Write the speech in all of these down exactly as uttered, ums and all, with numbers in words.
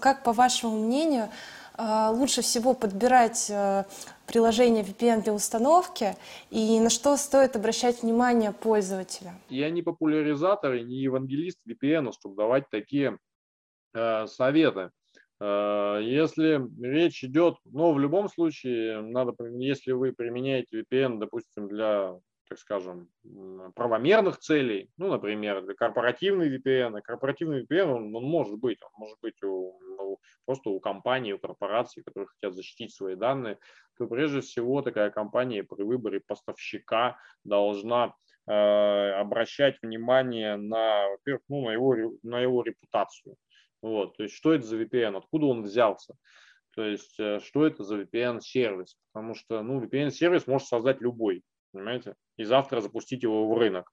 как, по вашему мнению, лучше всего подбирать приложение ви пи эн для установки и на что стоит обращать внимание пользователя? Я не популяризатор и не евангелист ви пи эн, чтобы давать такие э, советы. Э, если речь идет, но в любом случае, надо, если вы применяете ви пи эн, допустим, для, так скажем, правомерных целей, ну, например, для корпоративной ви пи эн, корпоративный ви пи эн, он, он может быть, он может быть у, у, просто у компаний, у корпораций, которые хотят защитить свои данные, то прежде всего такая компания при выборе поставщика должна э, обращать внимание на, во-первых, ну, на, его, на его репутацию. Вот, то есть, что это за ви пи эн, откуда он взялся, то есть, э, что это за ви пи эн-сервис, потому что, ну, ви пи эн-сервис может создать любой, понимаете, и завтра запустить его в рынок,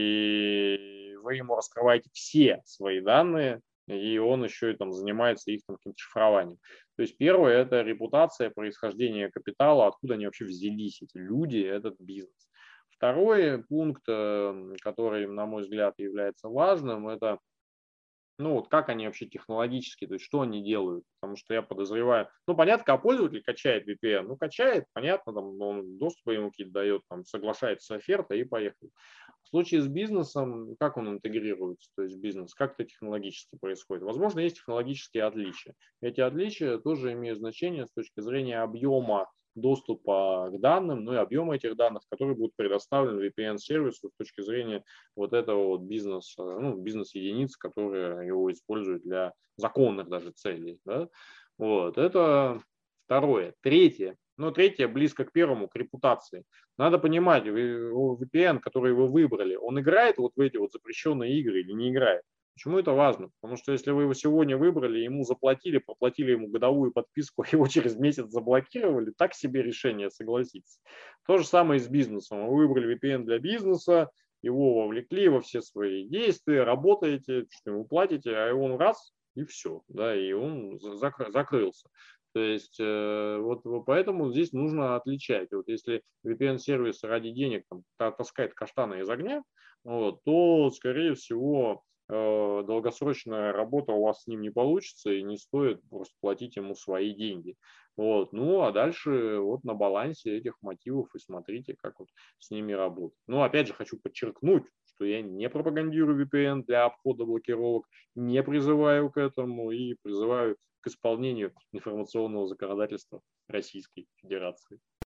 и вы ему раскрываете все свои данные, и он еще и там занимается их там каким-то шифрованием. То есть, первое – это репутация, происхождение капитала, откуда они вообще взялись, эти люди, этот бизнес. Второй пункт, э, который, на мой взгляд, является важным, это ну, вот как они вообще технологически, то есть что они делают, потому что я подозреваю, ну, понятно, когда пользователь качает ви пи эн, ну, качает, понятно, там, он доступы ему какие-то дает, там, соглашается с офертой и поехали. В случае с бизнесом, как он интегрируется, то есть бизнес, как это технологически происходит? Возможно, есть технологические отличия. Эти отличия тоже имеют значение с точки зрения объема доступа к данным, ну и объема этих данных, которые будут предоставлены ви пи эн-сервису с точки зрения вот этого вот бизнеса, ну, бизнес-единиц, которые его используют для законных даже целей. Да? Вот, это второе. Третье. Ну, третье близко к первому, к репутации. Надо понимать, ви пи эн, который вы выбрали, он играет вот в эти вот запрещенные игры или не играет? Почему это важно? Потому что если вы его сегодня выбрали, ему заплатили, проплатили ему годовую подписку, его через месяц заблокировали, так себе решение, согласитесь. То же самое и с бизнесом. Вы выбрали ви пи эн для бизнеса, его вовлекли во все свои действия, работаете, что ему платите, а он раз и все, да, и он закрылся. То есть э, вот, вот поэтому здесь нужно отличать. Вот если ви пи эн-сервис ради денег там, таскает каштаны из огня, вот, то, скорее всего, э, долгосрочная работа у вас с ним не получится и не стоит просто платить ему свои деньги. Вот. Ну, а дальше вот на балансе этих мотивов и смотрите, как вот с ними работать. Но опять же хочу подчеркнуть, что я не пропагандирую ви пи эн для обхода блокировок, не призываю к этому и призываю к исполнению информационного законодательства Российской Федерации.